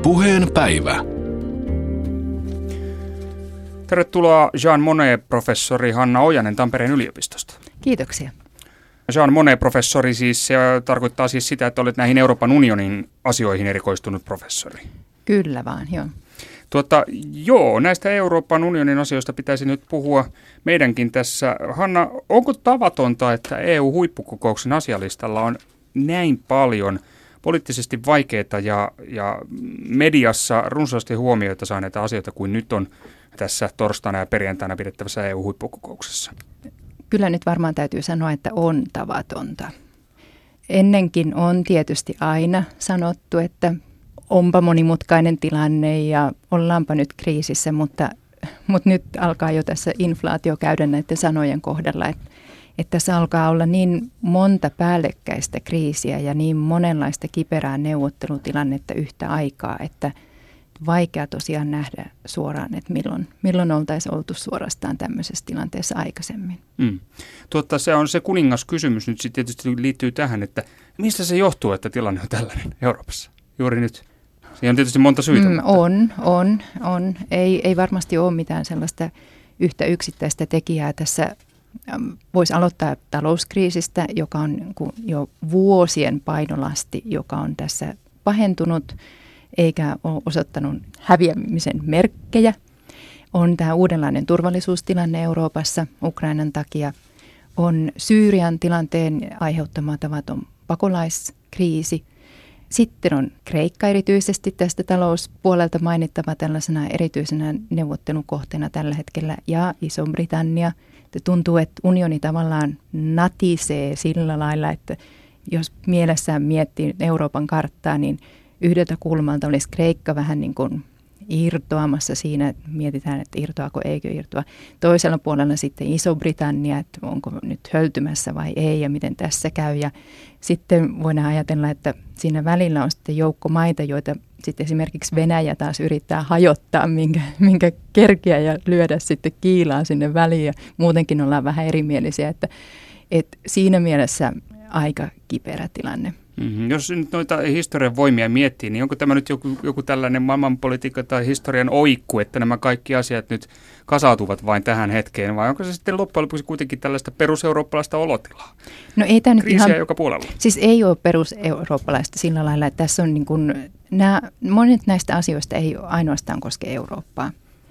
Puheen päivä. Tervetuloa Jean Monnet-professori Hanna Ojanen Tampereen yliopistosta. Kiitoksia. Jean Monnet-professori siis se tarkoittaa siis sitä, että olet näihin Euroopan unionin asioihin erikoistunut professori. Kyllä vaan, joo. Näistä Euroopan unionin asioista pitäisi nyt puhua meidänkin tässä. Hanna, onko tavatonta, että EU-huippukokouksen asialistalla on näin paljon poliittisesti vaikeita ja mediassa runsaasti huomioita saaneita asioita kuin nyt on tässä torstaina ja perjantaina pidettävässä EU-huippukokouksessa? Kyllä nyt varmaan täytyy sanoa, että on tavatonta. Ennenkin on tietysti aina sanottu, että onpa monimutkainen tilanne ja ollaanpa nyt kriisissä, mutta nyt alkaa jo tässä inflaatio käydä näiden sanojen kohdalla, että tässä alkaa olla niin monta päällekkäistä kriisiä ja niin monenlaista kiperää neuvottelutilannetta yhtä aikaa, että vaikea tosiaan nähdä suoraan, että milloin oltaisiin oltu suorastaan tämmöisessä tilanteessa aikaisemmin. Se on se kuningaskysymys nyt sitten tietysti liittyy tähän, että mistä se johtuu, että tilanne on tällainen Euroopassa juuri nyt? Siinä on tietysti monta syytä. On. Ei varmasti ole mitään sellaista yhtä yksittäistä tekijää tässä. Voisi aloittaa talouskriisistä, joka on jo vuosien painolasti, joka on tässä pahentunut eikä ole osoittanut häviämisen merkkejä. On tämä uudenlainen turvallisuustilanne Euroopassa Ukrainan takia. On Syyrian tilanteen aiheuttama tavaton pakolaiskriisi. Sitten on Kreikka erityisesti tästä talouspuolelta mainittava tällaisena erityisenä neuvottelukohteena tällä hetkellä ja Iso-Britannia. Tuntuu, että unioni tavallaan natisee sillä lailla, että jos mielessään miettii Euroopan karttaa, niin yhdeltä kulmalta olisi Kreikka vähän niin kuin irtoamassa siinä, että mietitään, että irtoako, eikö irtoa. Toisella puolella sitten Iso-Britannia, että onko nyt höltymässä vai ei ja miten tässä käy. Ja sitten voidaan ajatella, että siinä välillä on sitten joukko maita, joita sitten esimerkiksi Venäjä taas yrittää hajottaa, minkä kerkiä ja lyödä sitten kiilaa sinne väliin. Ja muutenkin ollaan vähän erimielisiä, että siinä mielessä aika kiperä tilanne. Jos nyt noita historian voimia miettii, niin onko tämä nyt joku tällainen maailmanpolitiikka tai historian oikku, että nämä kaikki asiat nyt kasautuvat vain tähän hetkeen, vai onko se sitten loppujen lopuksi kuitenkin tällaista peruseurooppalaista olotilaa? No ei tämä nyt kriisiä joka puolella. Siis ei ole peruseurooppalaista sillä lailla, että tässä on niin kuin, monet näistä asioista ei ainoastaan koske Eurooppaa.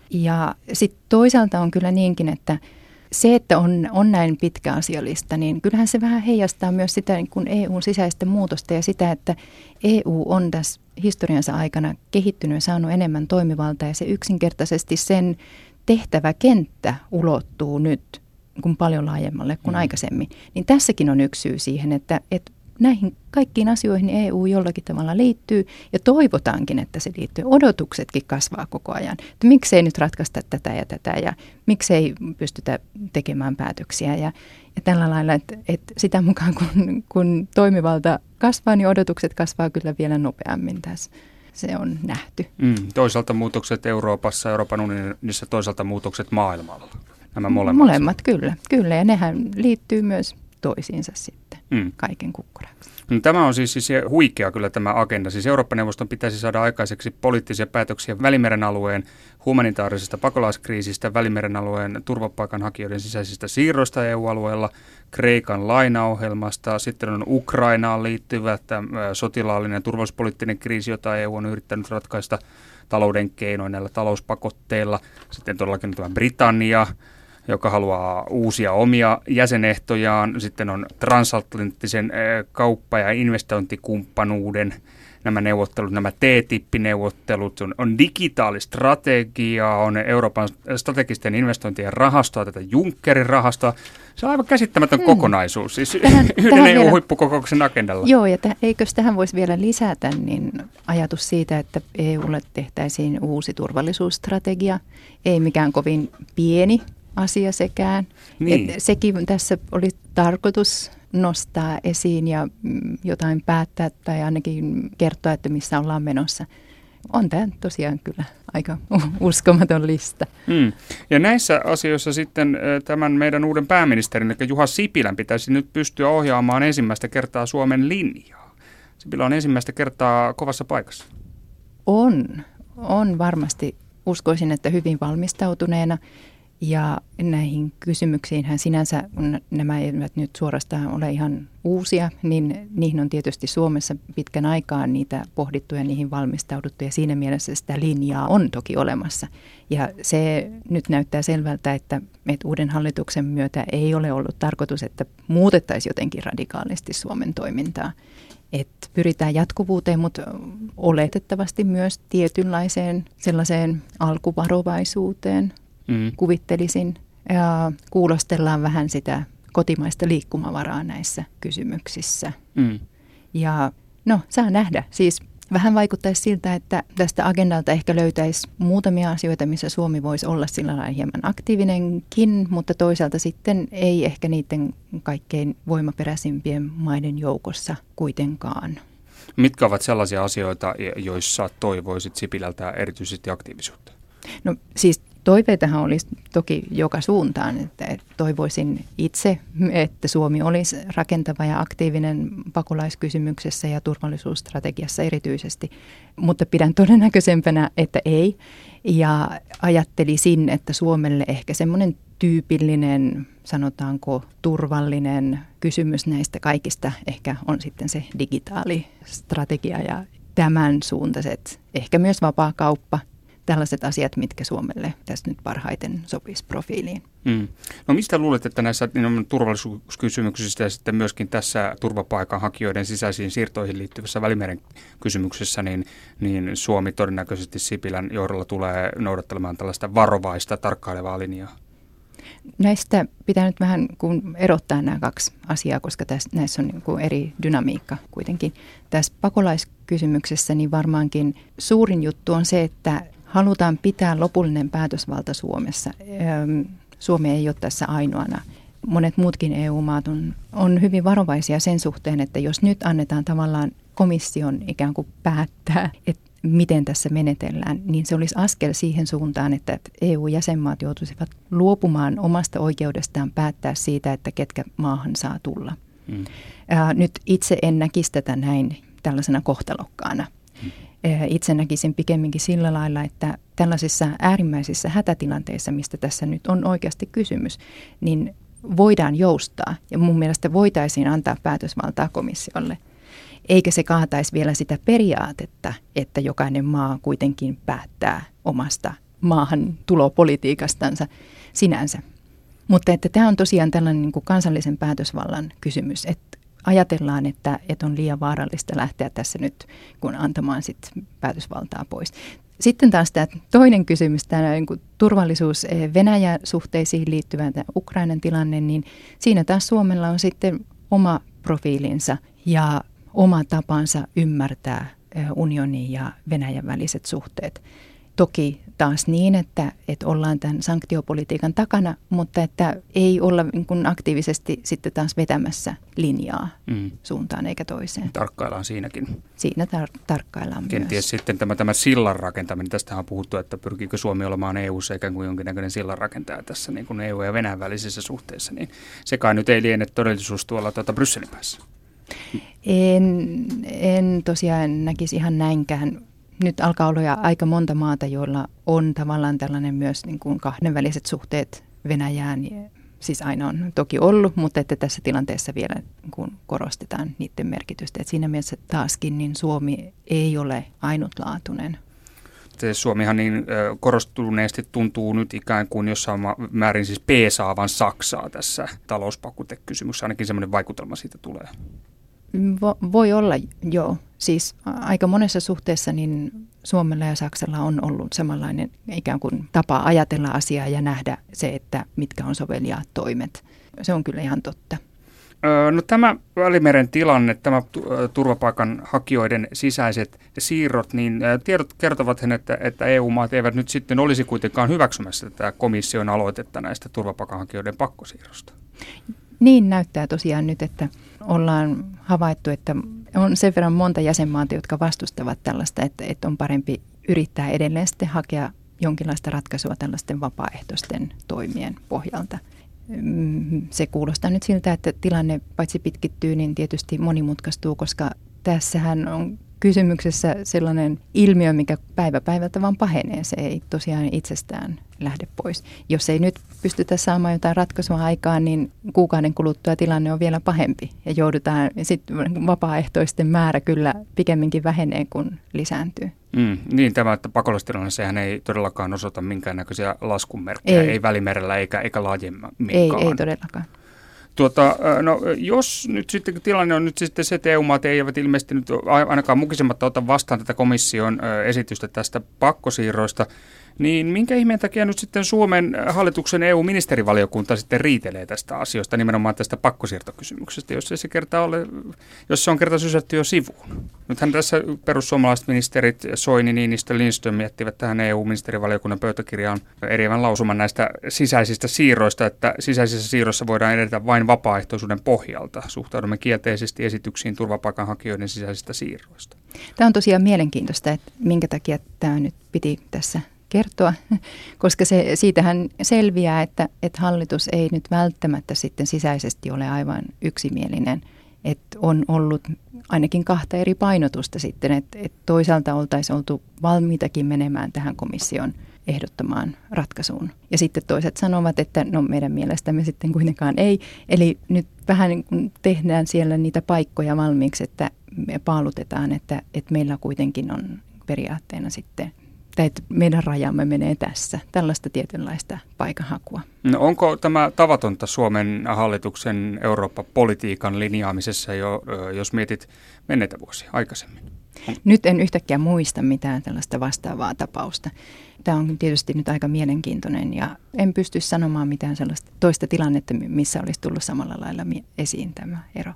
Ja sitten toisaalta on kyllä niinkin, että se, että on näin pitkä asialista, niin kyllähän se vähän heijastaa myös sitä niin kuin EUn sisäistä muutosta ja sitä, että EU on tässä historiansa aikana kehittynyt ja saanut enemmän toimivaltaa ja se yksinkertaisesti sen tehtäväkenttä ulottuu nyt kuin paljon laajemmalle kuin aikaisemmin. Niin tässäkin on yksi syy siihen, että näihin kaikkiin asioihin EU jollakin tavalla liittyy ja toivotaankin, että se liittyy. Odotuksetkin kasvaa koko ajan. Että miksei nyt ratkaista tätä ja miksei pystytä tekemään päätöksiä ja tällä lailla, että sitä mukaan kun toimivalta kasvaa, niin odotukset kasvaa kyllä vielä nopeammin tässä. Se on nähty. Toisaalta muutokset Euroopassa, Euroopan unionissa, toisaalta muutokset maailmalla. Nämä molemmat kyllä ja nehän liittyy myös toisiinsa sitten kaiken kukkuraksi. No, tämä on siis huikea kyllä tämä agenda. Siis Eurooppa-neuvoston pitäisi saada aikaiseksi poliittisia päätöksiä Välimeren alueen humanitaarisesta pakolaiskriisistä, Välimeren alueen turvapaikanhakijoiden sisäisistä siirroista EU-alueella, Kreikan lainaohjelmasta, sitten on Ukrainaan liittyvä sotilaallinen ja turvallisuuspoliittinen kriisi, jota EU on yrittänyt ratkaista talouden keinoin näillä talouspakotteilla, sitten todellakin tämä Britannia, joka haluaa uusia omia jäsenehtojaan. Sitten on transatlanttisen kauppa- ja investointikumppanuuden nämä neuvottelut, nämä TTIP-neuvottelut, on digitaalistrategia, on Euroopan strategisten investointien rahastoa, tätä Junckerin rahastoa. Se on aivan käsittämätön kokonaisuus, siis yhden EU-huippukokouksen agendalla. Joo, ja eikös tähän voisi vielä lisätä niin ajatus siitä, että EUlle tehtäisiin uusi turvallisuusstrategia, ei mikään kovin pieni asia sekään. Niin. Sekin tässä oli tarkoitus nostaa esiin ja jotain päättää tai ainakin kertoa, että missä ollaan menossa. On tämä tosiaan kyllä aika uskomaton lista. Ja näissä asioissa sitten tämän meidän uuden pääministerin, eli Juha Sipilän, pitäisi nyt pystyä ohjaamaan ensimmäistä kertaa Suomen linjaa. Sipilä on ensimmäistä kertaa kovassa paikassa. On varmasti, uskoisin, että hyvin valmistautuneena. Ja näihin kysymyksiinhän sinänsä, kun nämä eivät nyt suorastaan ole ihan uusia, niin niihin on tietysti Suomessa pitkän aikaa niitä pohdittu ja niihin valmistauduttu. Ja siinä mielessä sitä linjaa on toki olemassa. Ja se nyt näyttää selvältä, että uuden hallituksen myötä ei ole ollut tarkoitus, että muutettaisiin jotenkin radikaalisti Suomen toimintaa. Että pyritään jatkuvuuteen, mutta oletettavasti myös tietynlaiseen sellaiseen alkuvarovaisuuteen. Kuvittelisin, ja kuulostellaan vähän sitä kotimaista liikkumavaraa näissä kysymyksissä. Ja saa nähdä. Siis vähän vaikuttaisi siltä, että tästä agendalta ehkä löytäisi muutamia asioita, missä Suomi voisi olla sillä lailla hieman aktiivinenkin, mutta toisaalta sitten ei ehkä niiden kaikkein voimaperäisimpien maiden joukossa kuitenkaan. Mitkä ovat sellaisia asioita, joissa toivoisit Sipilältä erityisesti aktiivisuutta? No siis toiveitahan olisi toki joka suuntaan, että toivoisin itse, että Suomi olisi rakentava ja aktiivinen pakolaiskysymyksessä ja turvallisuusstrategiassa erityisesti, mutta pidän todennäköisempänä, että ei. Ja ajattelisin, että Suomelle ehkä semmoinen tyypillinen, sanotaanko turvallinen kysymys näistä kaikista ehkä on sitten se digitaalistrategia ja tämän suuntaiset, ehkä myös vapaakauppa. Tällaiset asiat, mitkä Suomelle tässä nyt parhaiten sopisi profiiliin. No mistä luulet, että näissä turvallisuuskysymyksissä ja sitten myöskin tässä turvapaikanhakijoiden sisäisiin siirtoihin liittyvässä Välimeren kysymyksessä, niin Suomi todennäköisesti Sipilän johdolla tulee noudattelemaan tällaista varovaista, tarkkailevaa linjaa? Näistä pitää nyt vähän erottaa nämä kaksi asiaa, koska näissä on eri dynamiikka kuitenkin. Tässä pakolaiskysymyksessä niin varmaankin suurin juttu on se, että halutaan pitää lopullinen päätösvalta Suomessa. Suomi ei ole tässä ainoana. Monet muutkin EU-maat on hyvin varovaisia sen suhteen, että jos nyt annetaan tavallaan komission ikään kuin päättää, että miten tässä menetellään, niin se olisi askel siihen suuntaan, että EU-jäsenmaat joutuisivat luopumaan omasta oikeudestaan päättää siitä, että ketkä maahan saa tulla. Nyt itse en näkisi tätä näin tällaisena kohtalokkaana. Itse näkisin pikemminkin sillä lailla, että tällaisissa äärimmäisissä hätätilanteissa, mistä tässä nyt on oikeasti kysymys, niin voidaan joustaa ja mun mielestä voitaisiin antaa päätösvaltaa komissiolle. Eikä se kaataisi vielä sitä periaatetta, että jokainen maa kuitenkin päättää omasta maahan tulopolitiikastansa sinänsä. Mutta että tämä on tosiaan tällainen niin kuin kansallisen päätösvallan kysymys, että ajatellaan, että on liian vaarallista lähteä tässä nyt kun antamaan sit päätösvaltaa pois. Sitten taas tämä toinen kysymys, tämä niin kuin turvallisuus Venäjä-suhteisiin liittyvä tämä Ukrainan tilanne, niin siinä taas Suomella on sitten oma profiilinsa ja oma tapansa ymmärtää unionin ja Venäjän väliset suhteet. Toki taas niin, että ollaan tämän sanktiopolitiikan takana, mutta että ei olla niin kuin aktiivisesti sitten taas vetämässä linjaa suuntaan eikä toiseen. Tarkkaillaan siinäkin. Siinä tarkkaillaan myös. Kenties sitten tämä sillan rakentaminen. Tästähän on puhuttu, että pyrkiikö Suomi olemaan EU:ssa ikään kuin jonkinnäköinen sillan rakentaja tässä niin kuin EU ja Venäjän välisissä suhteissa. Niin se kai nyt ei liene todellisuus tuolla Brysselin päässä. En tosiaan näkisi ihan näinkään. Nyt alkaa olla aika monta maata, joilla on tavallaan tällainen myös niin kuin kahdenväliset suhteet Venäjään. Siis aina on toki ollut, mutta että tässä tilanteessa vielä niin kuin korostetaan niiden merkitystä. Et siinä mielessä taaskin niin Suomi ei ole ainutlaatuinen. Suomihan niin korostuneesti tuntuu nyt ikään kuin jossain määrin siis peesaavan Saksaa tässä talouspakotekysymyksessä. Ainakin semmoinen vaikutelma siitä tulee. Voi olla, joo. Siis aika monessa suhteessa niin Suomella ja Saksalla on ollut samanlainen ikään kuin tapa ajatella asiaa ja nähdä se, että mitkä on soveliaat toimet. Se on kyllä ihan totta. No tämä Välimeren tilanne, tämä turvapaikanhakijoiden sisäiset siirrot, niin tiedot kertovat, että EU-maat eivät nyt sitten olisi kuitenkaan hyväksymässä tätä komission aloitetta näistä turvapaikanhakijoiden pakkosiirrosta. Niin näyttää tosiaan nyt, että ollaan havaittu, että on sen verran monta jäsenmaata, jotka vastustavat tällaista, että on parempi yrittää edelleen sitten hakea jonkinlaista ratkaisua tällaisten vapaaehtoisten toimien pohjalta. Se kuulostaa nyt siltä, että tilanne paitsi pitkittyy, niin tietysti monimutkaistuu, koska tässähän on kysymyksessä sellainen ilmiö, mikä päivä päivältä vaan pahenee. Se ei tosiaan itsestään lähde pois. Jos ei nyt pystytä saamaan jotain ratkaisua aikaan, niin kuukauden kuluttua tilanne on vielä pahempi. Ja joudutaan, sitten vapaaehtoisten määrä kyllä pikemminkin vähenee kuin lisääntyy. Niin tämä, että pakolaistilanne, sehän ei todellakaan osoita minkäännäköisiä laskumerkkejä, ei Välimerellä eikä laajemminkaan. Ei todellakaan. No, jos nyt sitten tilanne on nyt sitten se, että EU-maat eivät ilmeisesti nyt ainakaan mukisematta ota vastaan tätä komission esitystä tästä pakkosiirroista, niin minkä ihmeen takia nyt sitten Suomen hallituksen EU-ministerivaliokunta sitten riitelee tästä asiasta, nimenomaan tästä pakkosiirtokysymyksestä, jos se on kerta sysätty jo sivuun? Nythän tässä perussuomalaiset ministerit Soini, Niinistö, Lindström miettivät tähän EU-ministerivaliokunnan pöytäkirjaan eriävän lausuman näistä sisäisistä siirroista, että sisäisissä siirroissa voidaan edetä vain vapaaehtoisuuden pohjalta. Suhtaudumme kielteisesti esityksiin turvapaikanhakijoiden sisäisistä siirroista. Tämä on tosiaan mielenkiintoista, että minkä takia tämä nyt piti tässä kertoa, koska siitähän selviää, että hallitus ei nyt välttämättä sitten sisäisesti ole aivan yksimielinen, että on ollut ainakin kahta eri painotusta sitten, että toisaalta oltaisiin oltu valmiitakin menemään tähän komission ehdottamaan ratkaisuun. Ja sitten toiset sanovat, että no meidän mielestämme sitten kuitenkaan ei. Eli nyt vähän niin kuin tehdään siellä niitä paikkoja valmiiksi, että me paalutetaan, että meillä kuitenkin on periaatteena sitten, että meidän rajamme menee tässä. Tällaista tietynlaista paikanhakua. No onko tämä tavatonta Suomen hallituksen Eurooppa-politiikan linjaamisessa jo, jos mietit menneitä vuosia aikaisemmin? Nyt en yhtäkkiä muista mitään tällaista vastaavaa tapausta. Tämä on tietysti nyt aika mielenkiintoinen ja en pysty sanomaan mitään sellaista toista tilannetta, missä olisi tullut samalla lailla esiin tämä ero.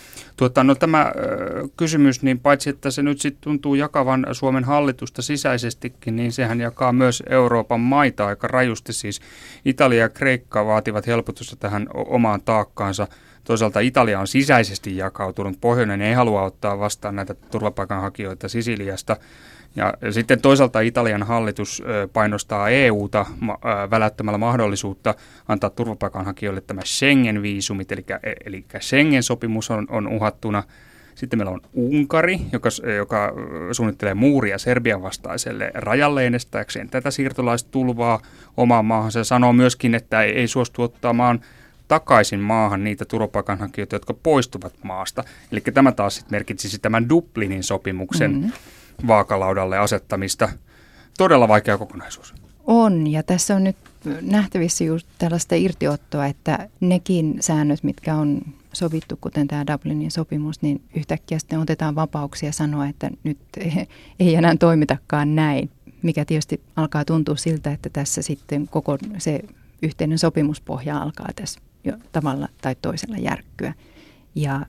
No tämä kysymys, niin paitsi että se nyt sitten tuntuu jakavan Suomen hallitusta sisäisestikin, niin sehän jakaa myös Euroopan maita aika rajusti. Siis Italia ja Kreikka vaativat helpotusta tähän omaan taakkaansa. Toisaalta Italia on sisäisesti jakautunut. Pohjoinen ei halua ottaa vastaan näitä turvapaikanhakijoita Sisiliasta. Ja sitten toisaalta Italian hallitus painostaa EUta väläyttämällä mahdollisuutta antaa turvapaikanhakijoille tämä Schengen-viisumit, eli Schengen-sopimus on uhattuna. Sitten meillä on Unkari, joka suunnittelee muuria Serbian vastaiselle rajalleen estääkseen tätä siirtolaistulvaa omaan maahansa. Se sanoo myöskin, että ei suostu ottamaan takaisin maahan niitä turvapaikanhakijoita, jotka poistuvat maasta. Eli tämä taas sitten merkitsisi tämän Dublinin sopimuksen vaakalaudalle asettamista. Todella vaikea kokonaisuus. On, ja tässä on nyt nähtävissä just tällaista irtiottoa, että nekin säännöt, mitkä on sovittu, kuten tämä Dublinin sopimus, niin yhtäkkiä sitten otetaan vapauksia sanoa, että nyt ei enää toimitakaan näin, mikä tietysti alkaa tuntua siltä, että tässä sitten koko se yhteinen sopimuspohja alkaa tässä jo tavalla tai toisella järkkyä. Ja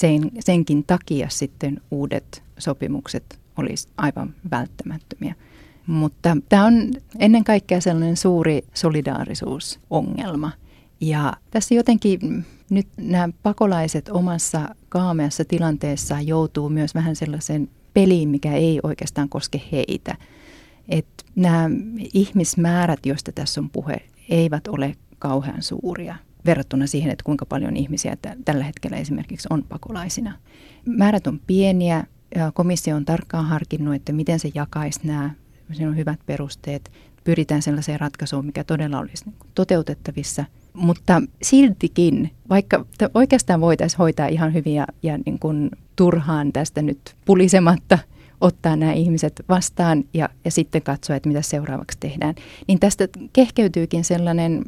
senkin takia sitten uudet sopimukset olisi aivan välttämättömiä. Mutta tämä on ennen kaikkea sellainen suuri solidaarisuusongelma. Ja tässä jotenkin nyt nämä pakolaiset omassa kaameassa tilanteessaan joutuu myös vähän sellaiseen peliin, mikä ei oikeastaan koske heitä. Että nämä ihmismäärät, joista tässä on puhe, eivät ole kauhean suuria verrattuna siihen, että kuinka paljon ihmisiä tällä hetkellä esimerkiksi on pakolaisina. Määrät on pieniä ja komissio on tarkkaan harkinnut, että miten se jakaisi nämä. Siinä on hyvät perusteet. Pyritään sellaiseen ratkaisuun, mikä todella olisi toteutettavissa. Mutta siltikin, vaikka oikeastaan voitaisiin hoitaa ihan hyvin ja niin kuin turhaan tästä nyt pulisematta ottaa nämä ihmiset vastaan ja sitten katsoa, että mitä seuraavaksi tehdään, niin tästä kehkeytyykin sellainen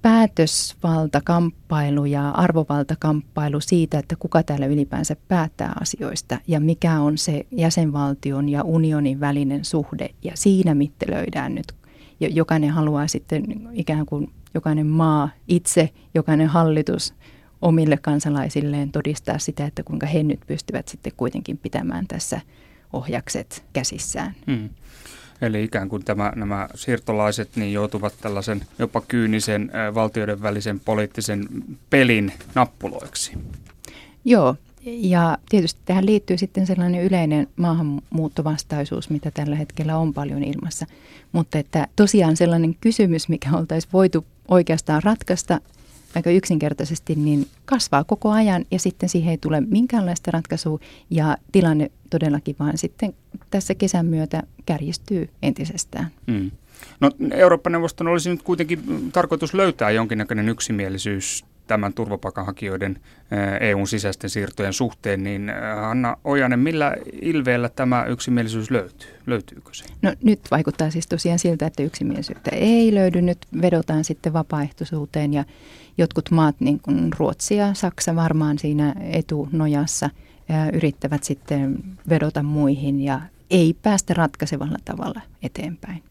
päätösvaltakamppailu ja arvovaltakamppailu siitä, että kuka täällä ylipäänsä päättää asioista ja mikä on se jäsenvaltion ja unionin välinen suhde. Ja siinä mittelöidään nyt. Jokainen haluaa sitten ikään kuin jokainen maa itse, jokainen hallitus omille kansalaisilleen todistaa sitä, että kuinka he nyt pystyvät sitten kuitenkin pitämään tässä ohjakset käsissään. Eli ikään kuin nämä siirtolaiset niin joutuvat tällaisen jopa kyynisen valtioiden välisen poliittisen pelin nappuloiksi. Joo, ja tietysti tähän liittyy sitten sellainen yleinen maahanmuuttovastaisuus, mitä tällä hetkellä on paljon ilmassa. Mutta että tosiaan sellainen kysymys, mikä oltaisiin voitu oikeastaan ratkaista aika yksinkertaisesti, niin kasvaa koko ajan ja sitten siihen ei tule minkäänlaista ratkaisua ja tilanne todellakin vaan sitten tässä kesän myötä kärjistyy entisestään. No, Eurooppa-neuvoston olisi nyt kuitenkin tarkoitus löytää jonkinnäköinen yksimielisyys tämän turvapaikanhakijoiden EUn sisäisten siirtojen suhteen, niin Hanna Ojanen, millä ilveellä tämä yksimielisyys löytyy? Löytyykö se? No nyt vaikuttaa siis tosiaan siltä, että yksimielisyyttä ei löydy. Nyt vedotaan sitten vapaaehtoisuuteen ja jotkut maat, niin kuin Ruotsi ja Saksa varmaan siinä etunojassa yrittävät sitten vedota muihin ja ei päästä ratkaisevalla tavalla eteenpäin.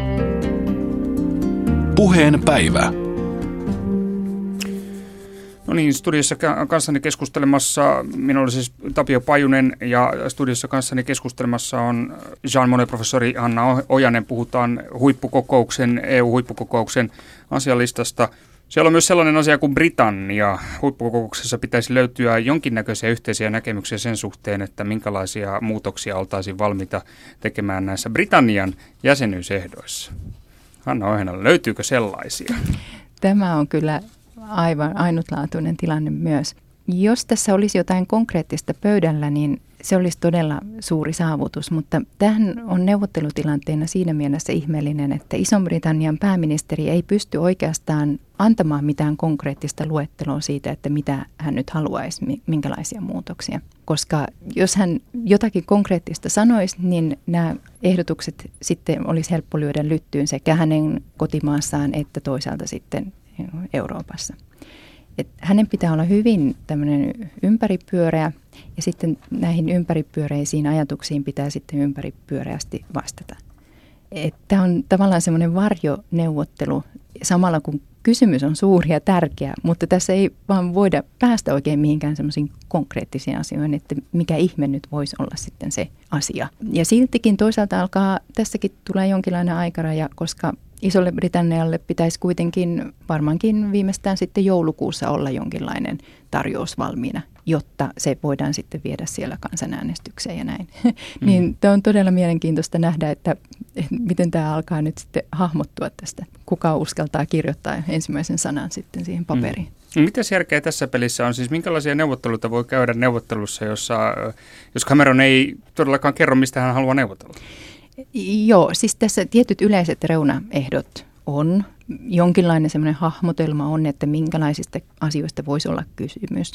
Puheen päivä. No niin, studiossa kanssani keskustelemassa, minä olen siis Tapio Pajunen ja studiossa kanssani keskustelemassa on Jean Monnet-professori Hanna Ojanen. Puhutaan EU-huippukokouksen asialistasta. Siellä on myös sellainen asia kuin Britannia. Huippukokouksessa pitäisi löytyä jonkinnäköisiä yhteisiä näkemyksiä sen suhteen, että minkälaisia muutoksia oltaisiin valmiita tekemään näissä Britannian jäsenyysehdoissa. Hanna Ojanen, löytyykö sellaisia? Tämä on kyllä aivan ainutlaatuinen tilanne myös. Jos tässä olisi jotain konkreettista pöydällä, niin se olisi todella suuri saavutus, mutta tämähän on neuvottelutilanteena siinä mielessä ihmeellinen, että Ison-Britannian pääministeri ei pysty oikeastaan antamaan mitään konkreettista luetteloa siitä, että mitä hän nyt haluaisi, minkälaisia muutoksia. Koska jos hän jotakin konkreettista sanoisi, niin nämä ehdotukset sitten olisi helppo lyödä lyttyyn sekä hänen kotimaassaan että toisaalta sitten Euroopassa. Et hänen pitää olla hyvin tämmöinen ympäripyöreä ja sitten näihin ympäripyöreisiin ajatuksiin pitää sitten ympäripyöreästi vastata. Tämä on tavallaan semmoinen varjoneuvottelu samalla kun kysymys on suuri ja tärkeä, mutta tässä ei vaan voida päästä oikein mihinkään semmoisiin konkreettisiin asioihin, että mikä ihme nyt voisi olla sitten se asia. Ja siltikin toisaalta tässäkin tulee jonkinlainen aikaraja, koska Isolle Britannialle pitäisi kuitenkin varmaankin viimeistään sitten joulukuussa olla jonkinlainen tarjous valmiina, jotta se voidaan sitten viedä siellä kansanäänestykseen ja näin. Niin tämä on todella mielenkiintoista nähdä, että miten tämä alkaa nyt sitten hahmottua tästä. Kuka uskaltaa kirjoittaa ensimmäisen sanan sitten siihen paperiin. Mitä järkeä tässä pelissä on? Siis minkälaisia neuvotteluita voi käydä neuvottelussa, jos Cameron ei todellakaan kerro, mistä hän haluaa neuvotella? Joo, siis tässä tietyt yleiset reunaehdot on. Jonkinlainen semmoinen hahmotelma on, että minkälaisista asioista voisi olla kysymys,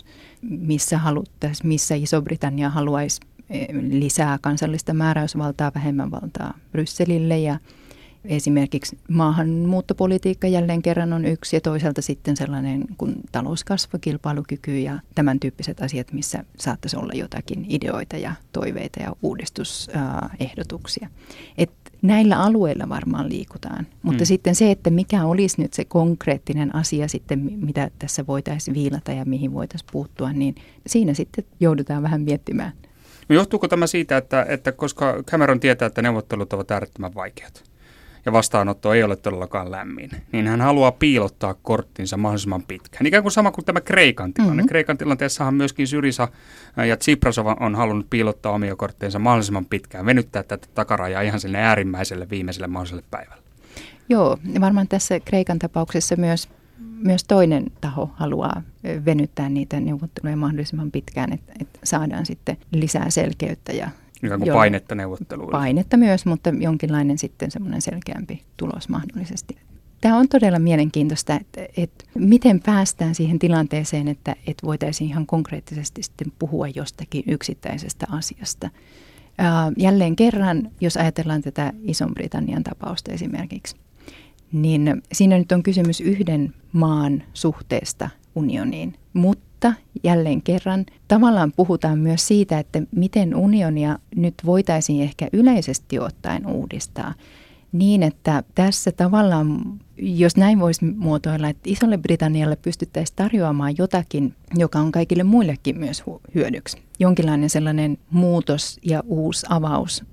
missä Iso-Britannia haluaisi lisää kansallista määräysvaltaa, vähemmän valtaa Brysselille ja esimerkiksi maahanmuuttopolitiikka jälleen kerran on yksi ja toisaalta sitten sellainen kuin talouskasvu, kilpailukyky ja tämän tyyppiset asiat, missä saattaisi olla jotakin ideoita ja toiveita ja uudistusehdotuksia. Näillä alueilla varmaan liikutaan, mutta sitten se, että mikä olisi nyt se konkreettinen asia sitten, mitä tässä voitaisiin viilata ja mihin voitaisiin puuttua, niin siinä sitten joudutaan vähän miettimään. No johtuuko tämä siitä, että koska Cameron tietää, että neuvottelut ovat äärettömän vaikeat ja vastaanotto ei ole todellakaan lämmin, niin hän haluaa piilottaa korttinsa mahdollisimman pitkään. Ikään kuin sama kuin tämä Kreikan tilanne. Kreikan tilanteessahan myöskin Syriza ja Tsipras on halunnut piilottaa omia kortteinsa mahdollisimman pitkään, venyttää tätä takarajaa ihan sinne äärimmäiselle viimeiselle mahdolliselle päivälle. Joo, varmaan tässä Kreikan tapauksessa myös toinen taho haluaa venyttää niitä neuvotteluja mahdollisimman pitkään, että saadaan sitten lisää selkeyttä ja ikään kuin painetta neuvotteluille. Painetta myös, mutta jonkinlainen sitten semmoinen selkeämpi tulos mahdollisesti. Tämä on todella mielenkiintoista, että miten päästään siihen tilanteeseen, että voitaisiin ihan konkreettisesti sitten puhua jostakin yksittäisestä asiasta. Jälleen kerran, jos ajatellaan tätä Ison-Britannian tapausta esimerkiksi, niin siinä nyt on kysymys yhden maan suhteesta unioniin, mutta jälleen kerran tavallaan puhutaan myös siitä, että miten unionia nyt voitaisiin ehkä yleisesti ottaen uudistaa niin, että tässä tavallaan, jos näin voisi muotoilla, että Isolle Britannialle pystyttäisiin tarjoamaan jotakin, joka on kaikille muillekin myös hyödyksi. Jonkinlainen sellainen muutos ja uusi avaus,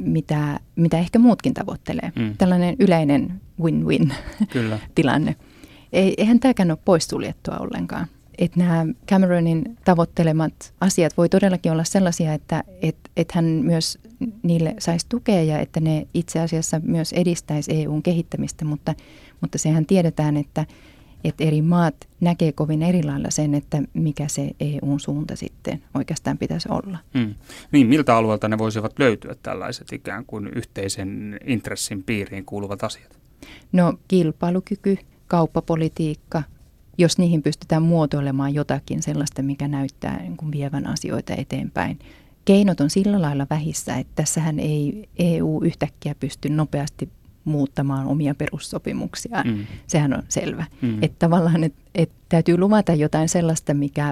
mitä ehkä muutkin tavoittelee. Tällainen yleinen win-win tilanne. Eihän tämäkään ole poissuljettua ollenkaan. Että nämä Cameronin tavoittelemat asiat voi todellakin olla sellaisia, että hän myös niille saisi tukea ja että ne itse asiassa myös edistäisi EUn kehittämistä, mutta sehän tiedetään, että että eri maat näkee kovin eri lailla sen, että mikä se EUn suunta sitten oikeastaan pitäisi olla. Niin, miltä alueelta ne voisivat löytyä tällaiset ikään kuin yhteisen intressin piiriin kuuluvat asiat? No kilpailukyky, kauppapolitiikka, jos niihin pystytään muotoilemaan jotakin sellaista, mikä näyttää niin kuin vievän asioita eteenpäin. Keinot on sillä lailla vähissä, että tässähän ei EU yhtäkkiä pysty nopeasti muuttamaan omia perussopimuksiaan. Sehän on selvä. Että tavallaan että täytyy luvata jotain sellaista, mikä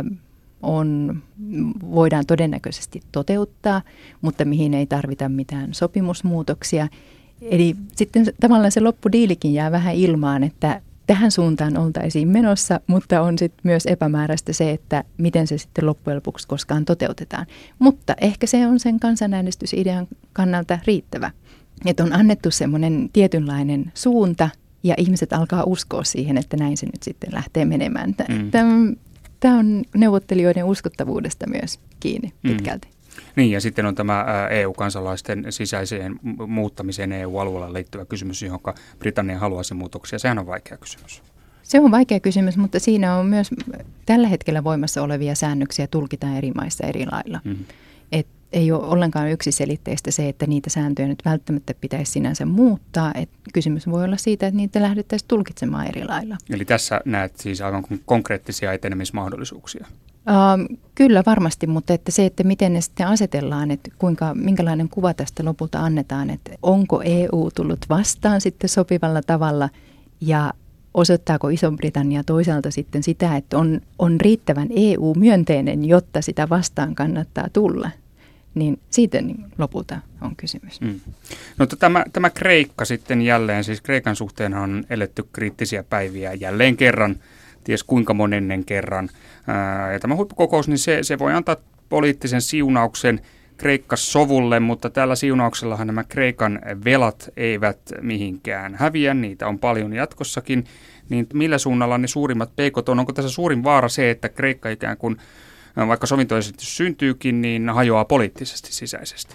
voidaan todennäköisesti toteuttaa, mutta mihin ei tarvita mitään sopimusmuutoksia. Eli sitten tavallaan se loppudiilikin jää vähän ilmaan, että tähän suuntaan oltaisiin menossa, mutta on sitten myös epämääräistä se, että miten se sitten loppujen lopuksi koskaan toteutetaan. Mutta ehkä se on sen kansanäänestysidean kannalta riittävä. Että on annettu semmoinen tietynlainen suunta ja ihmiset alkaa uskoa siihen, että näin se nyt sitten lähtee menemään. Tämä on neuvottelijoiden uskottavuudesta myös kiinni pitkälti. Niin, ja sitten on tämä EU-kansalaisten sisäiseen muuttamiseen EU-alueella liittyvä kysymys, johon Britannia haluaisi muutoksia. Sehän on vaikea kysymys. Se on vaikea kysymys, mutta siinä on myös tällä hetkellä voimassa olevia säännöksiä tulkitaan eri maissa eri lailla. Et ei ole ollenkaan yksiselitteistä se, että niitä sääntöjä nyt välttämättä pitäisi sinänsä muuttaa. Et kysymys voi olla siitä, että niitä lähdettäisiin tulkitsemaan eri lailla. Eli tässä näet siis aivan konkreettisia etenemismahdollisuuksia. Kyllä varmasti, mutta että se, että miten ne sitten asetellaan, että minkälainen kuva tästä lopulta annetaan, että onko EU tullut vastaan sitten sopivalla tavalla ja osoittaako Iso-Britannia toisaalta sitten sitä, että on riittävän EU-myönteinen, jotta sitä vastaan kannattaa tulla. Niin siitä lopulta on kysymys. No tämä Kreikka sitten jälleen, siis Kreikan suhteen on eletty kriittisiä päiviä jälleen kerran, ties kuinka monennen kerran. Ja tämä huippukokous, niin se voi antaa poliittisen siunauksen Kreikka-sovulle, mutta tällä siunauksellahan nämä Kreikan velat eivät mihinkään häviä, niitä on paljon jatkossakin. Niin millä suunnalla ne suurimmat peikot on? Onko tässä suurin vaara se, että Kreikka ikään kuin, vaikka sovintoesitys syntyykin, niin hajoaa poliittisesti sisäisesti?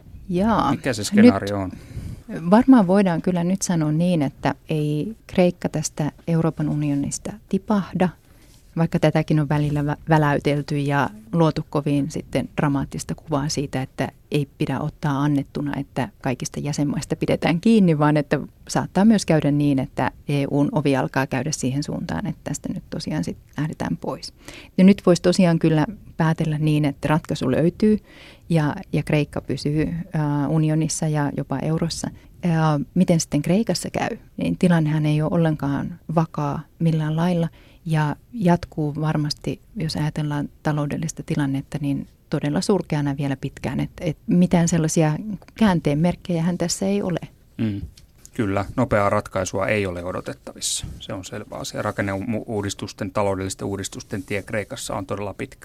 Mikä se skenaario on? Varmaan voidaan kyllä nyt sanoa niin, että ei Kreikka tästä Euroopan unionista tipahda, vaikka tätäkin on välillä väläytelty ja luotu kovin sitten dramaattista kuvaa siitä, että ei pidä ottaa annettuna, että kaikista jäsenmaista pidetään kiinni, vaan että saattaa myös käydä niin, että EUn ovi alkaa käydä siihen suuntaan, että tästä nyt tosiaan sitten lähdetään pois. Ja nyt voisi tosiaan kyllä päätellä niin, että ratkaisu löytyy ja Kreikka pysyy unionissa ja jopa eurossa. Miten sitten Kreikassa käy, niin tilannehan ei ole ollenkaan vakaa millään lailla. Ja jatkuu varmasti, jos ajatellaan taloudellista tilannetta, niin todella surkeana vielä pitkään. Että mitään sellaisia käänteen merkkejähän tässä ei ole. Kyllä, nopeaa ratkaisua ei ole odotettavissa. Se on selvä asia. Rakenneuudistusten, taloudellisten uudistusten tie Kreikassa on todella pitkä.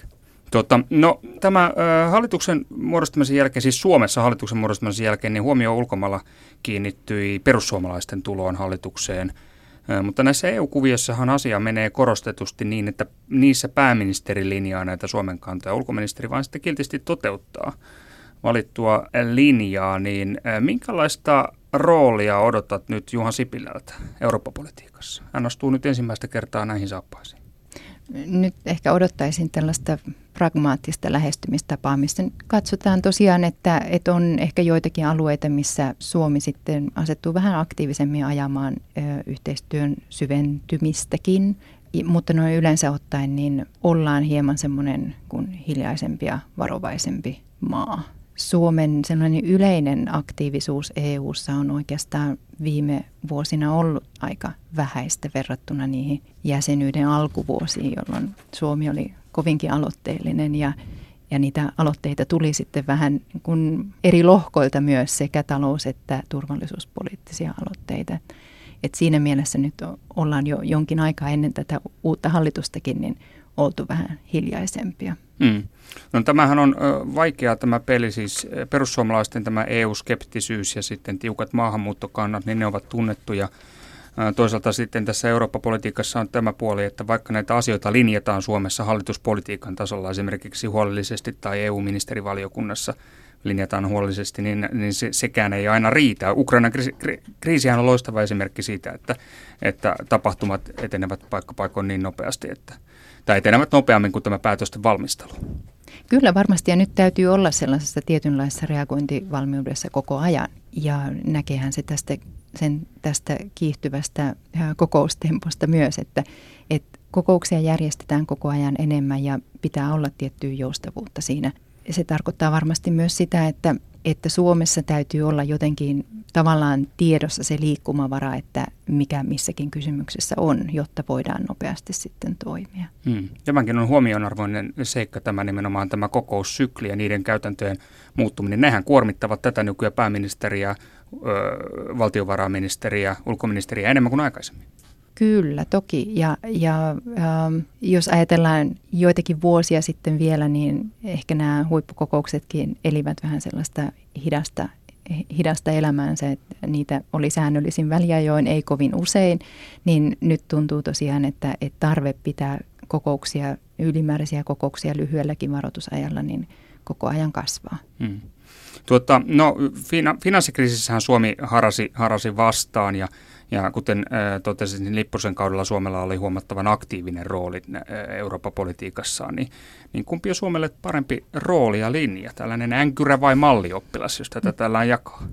Tämä hallituksen muodostamisen jälkeen, siis Suomessa hallituksen muodostamisen jälkeen, niin huomio ulkomailla kiinnittyi perussuomalaisten tuloon hallitukseen. Mutta näissä EU-kuviossahan asia menee korostetusti niin, että niissä pääministeri linjaa näitä Suomen kantoja, ulkoministeri vaan sitten kiltisti toteuttaa valittua linjaa. Niin minkälaista roolia odotat nyt Juha Sipilältä Eurooppa-politiikassa? Hän astuu nyt ensimmäistä kertaa näihin saappaisiin. Nyt ehkä odottaisin tällaista pragmaattista lähestymistapaa, missä katsotaan tosiaan, että on ehkä joitakin alueita, missä Suomi sitten asettuu vähän aktiivisemmin ajamaan yhteistyön syventymistäkin, mutta noin yleensä ottaen niin ollaan hieman semmoinen kuin hiljaisempi ja varovaisempi maa. Suomen sellainen yleinen aktiivisuus EU:ssa on oikeastaan viime vuosina ollut aika vähäistä verrattuna niihin jäsenyyden alkuvuosiin, jolloin Suomi oli kovinkin aloitteellinen ja niitä aloitteita tuli sitten vähän niin kuin eri lohkoilta myös sekä talous- että turvallisuuspoliittisia aloitteita. Et siinä mielessä nyt ollaan jo jonkin aikaa ennen tätä uutta hallitustakin niin oltu vähän hiljaisempia. No tämähän on vaikea tämä peli, siis perussuomalaisten tämä EU-skeptisyys ja sitten tiukat maahanmuuttokannat, niin ne ovat tunnettuja. Toisaalta sitten tässä Eurooppa-politiikassa on tämä puoli, että vaikka näitä asioita linjataan Suomessa hallituspolitiikan tasolla esimerkiksi huolellisesti tai EU-ministerivaliokunnassa linjataan huolellisesti, niin sekään ei aina riitä. Ukrainan kriisihän on loistava esimerkki siitä, että tapahtumat etenevät paikkapaikoin niin nopeasti, tai etenevät nopeammin kuin tämä päätösten valmistelu. Kyllä varmasti, ja nyt täytyy olla sellaisessa tietynlaisessa reagointivalmiudessa koko ajan, ja näkehän se tästä kiihtyvästä kokoustemposta myös, että kokouksia järjestetään koko ajan enemmän ja pitää olla tiettyä joustavuutta siinä. Se tarkoittaa varmasti myös sitä, että Suomessa täytyy olla jotenkin tavallaan tiedossa se liikkumavara, että mikä missäkin kysymyksessä on, jotta voidaan nopeasti sitten toimia. Tämänkin on huomionarvoinen seikka nimenomaan tämä kokoussykli ja niiden käytäntöjen muuttuminen. Nehän kuormittavat tätä nykyään pääministeriä, valtiovarainministeriä, ulkoministeriä enemmän kuin aikaisemmin. Kyllä, toki. Ja jos ajatellaan joitakin vuosia sitten vielä, niin ehkä nämä huippukokouksetkin elivät vähän sellaista hidasta elämäänsä, että niitä oli säännöllisin väliajoin, ei kovin usein, niin nyt tuntuu tosiaan, että tarve pitää kokouksia, ylimääräisiä kokouksia lyhyelläkin varoitusajalla, niin koko ajan kasvaa. Finanssikriisissähän Suomi harasi vastaan ja kuten totesin, niin Lipposen kaudella Suomella oli huomattavan aktiivinen rooli Eurooppa-politiikassaan, niin kumpi on Suomelle parempi rooli ja linja? Tällainen änkyrä vai mallioppilas, jos tätä tällään jakaa?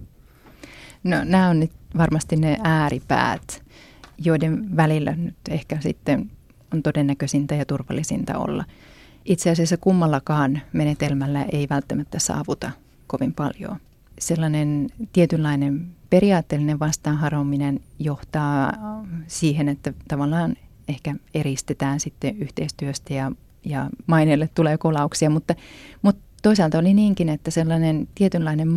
No nämä on nyt varmasti ne ääripäät, joiden välillä nyt ehkä sitten on todennäköisintä ja turvallisinta olla. Itse asiassa kummallakaan menetelmällä ei välttämättä saavuta kovin paljon. Sellainen tietynlainen periaatteellinen vastaanharominen johtaa siihen, että tavallaan ehkä eristetään sitten yhteistyöstä ja maineelle tulee kolauksia, mutta toisaalta oli niinkin, että sellainen tietynlainen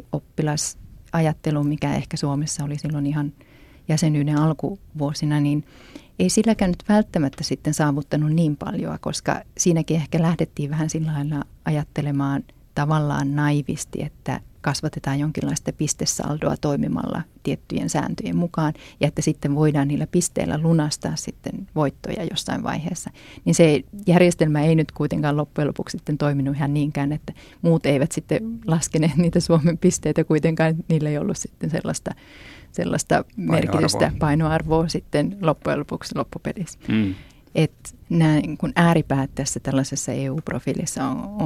mallioppilasajattelu, mikä ehkä Suomessa oli silloin ihan jäsenyyden alkuvuosina, niin ei silläkään nyt välttämättä sitten saavuttanut niin paljon, koska siinäkin ehkä lähdettiin vähän sillä lailla ajattelemaan tavallaan naivisti, että kasvatetaan jonkinlaista pistesaldoa toimimalla tiettyjen sääntöjen mukaan ja että sitten voidaan niillä pisteillä lunastaa sitten voittoja jossain vaiheessa. Niin se järjestelmä ei nyt kuitenkaan loppujen lopuksi sitten toiminut ihan niinkään, että muut eivät sitten laskeneet niitä Suomen pisteitä kuitenkaan, niillä ei ollut sitten sellaista merkitystä, painoarvoa sitten loppujen lopuksi loppupelissä. Että nämä niin ääripäät tässä tällaisessa EU-profiilissa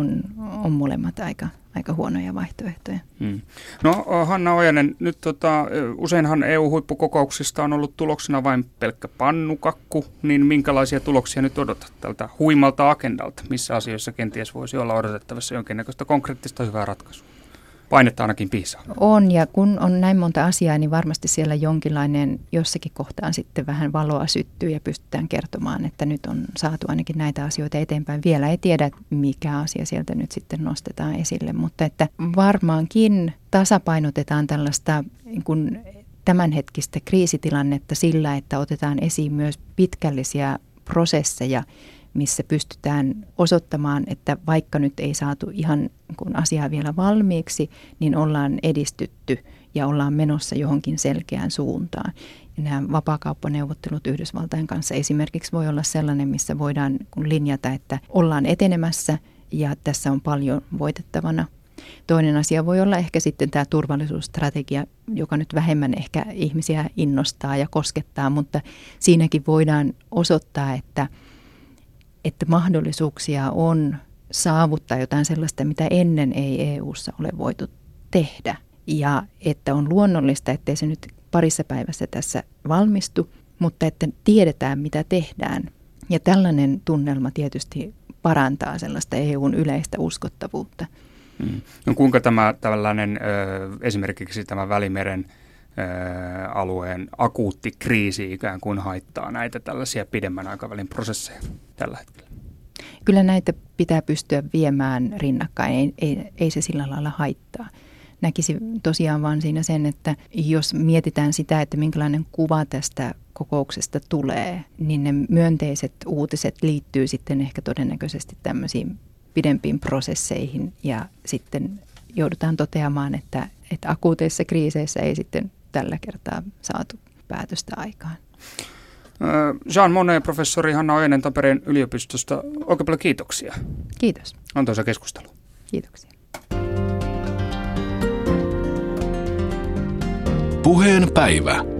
on molemmat aika huonoja vaihtoehtoja. No Hanna Ojanen, nyt useinhan EU-huippukokouksista on ollut tuloksena vain pelkkä pannukakku, niin minkälaisia tuloksia nyt odotat tältä huimalta agendalta? Missä asioissa kenties voisi olla odotettavassa jonkinnäköistä konkreettista hyvää ratkaisua? Painetta ainakin piisaa. On, ja kun on näin monta asiaa, niin varmasti siellä jonkinlainen jossakin kohtaan sitten vähän valoa syttyy ja pystytään kertomaan, että nyt on saatu ainakin näitä asioita eteenpäin. Vielä ei tiedä, mikä asia sieltä nyt sitten nostetaan esille, mutta että varmaankin tasapainotetaan tällaista kun tämänhetkistä kriisitilannetta sillä, että otetaan esiin myös pitkällisiä prosesseja, missä pystytään osoittamaan, että vaikka nyt ei saatu ihan kun asiaa vielä valmiiksi, niin ollaan edistytty ja ollaan menossa johonkin selkeään suuntaan. Ja nämä vapaakauppaneuvottelut Yhdysvaltain kanssa esimerkiksi voi olla sellainen, missä voidaan linjata, että ollaan etenemässä ja tässä on paljon voitettavana. Toinen asia voi olla ehkä sitten tämä turvallisuusstrategia, joka nyt vähemmän ehkä ihmisiä innostaa ja koskettaa, mutta siinäkin voidaan osoittaa, että mahdollisuuksia on saavuttaa jotain sellaista, mitä ennen ei EU:ssa ole voitu tehdä. Ja että on luonnollista, ettei se nyt parissa päivässä tässä valmistu, mutta että tiedetään, mitä tehdään. Ja tällainen tunnelma tietysti parantaa sellaista EUn yleistä uskottavuutta. No kuinka tällainen esimerkiksi tämä Välimeren alueen akuutti kriisi ikään kuin haittaa näitä tällaisia pidemmän aikavälin prosesseja tällä hetkellä? Kyllä näitä pitää pystyä viemään rinnakkain, ei se sillä lailla haittaa. Näkisin tosiaan vaan siinä sen, että jos mietitään sitä, että minkälainen kuva tästä kokouksesta tulee, niin ne myönteiset uutiset liittyy sitten ehkä todennäköisesti tämmöisiin pidempiin prosesseihin ja sitten joudutaan toteamaan, että akuuteissa kriiseissä ei sitten tällä kertaa saatu päätöstä aikaan. Jean Monnet-professori Hanna Ojanen Tampereen yliopistosta. Oikein paljon kiitoksia. Kiitos. Antoisa keskustelu. Kiitoksia. Puheen päivä.